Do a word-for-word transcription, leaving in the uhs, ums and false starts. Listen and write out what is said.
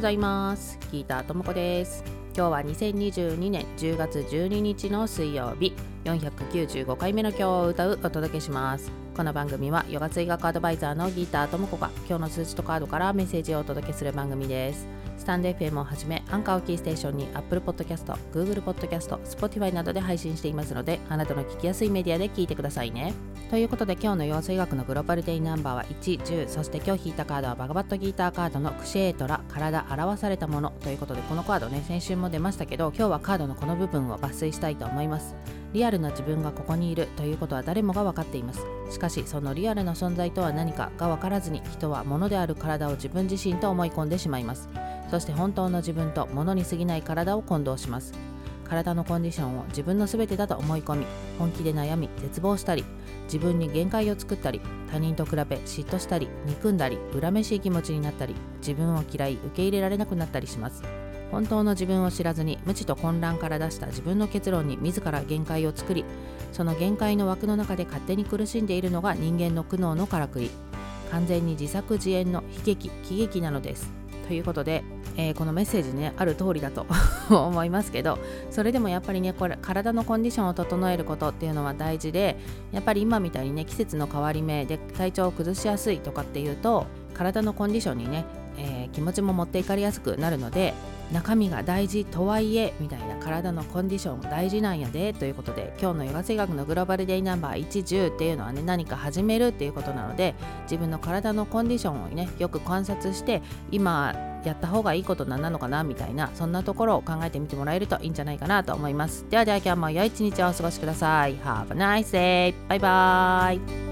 ございます。ギーターともこです。今日はにせんにじゅうにねんじゅうがつじゅうににちの水曜日、よんひゃくきゅうじゅうごかいめの今日を歌うお届けします。この番組はヨガ追学アドバイザーのギーターともこが今日の数字とカードからメッセージをお届けする番組です。スタンド エフエム をはじめアンカーをキーステーションに Apple Podcast、Google Podcast、Spotify などで配信していますので、あなたの聞きやすいメディアで聞いてくださいね。ということで今日の陽水学のグローバルデイナンバーはいち、じゅう、そして今日引いたカードはバガバットギーターカードのクシェートラ、体表されたものということで、このカードね、先週も出ましたけど、今日はカードのこの部分を抜粋したいと思います。リアルな自分がここにいるということは誰もが分かっています。しかしそのリアルな存在とは何かが分からずに、人は物である体を自分自身と思い込んでしまいます。そして本当の自分と物に過ぎない体を混同します。体のコンディションを自分の全てだと思い込み、本気で悩み絶望したり、自分に限界を作ったり、他人と比べ嫉妬したり、憎んだり、恨めしい気持ちになったり、自分を嫌い受け入れられなくなったりします。本当の自分を知らずに無知と混乱から出した自分の結論に自ら限界を作り、その限界の枠の中で勝手に苦しんでいるのが人間の苦悩のからくり。完全に自作自演の悲劇喜劇なのです。ということで、えー、このメッセージね、ある通りだと思いますけど、それでもやっぱりね、これ体のコンディションを整えることっていうのは大事で、やっぱり今みたいにね、季節の変わり目で体調を崩しやすいとかっていうと、体のコンディションにね、えー、気持ちも持っていかれやすくなるので、中身が大事とはいえみたいな、体のコンディション大事なんやでということで、今日のヨガ水学のグローバルデイナンバーいち、じゅうっていうのはね、何か始めるっていうことなので、自分の体のコンディションをね、よく観察して、今やった方がいいこと何なのかなみたいな、そんなところを考えてみてもらえるといいんじゃないかなと思います。ではでは今日も良い一日をお過ごしください。 Have a nice day. バイバイ。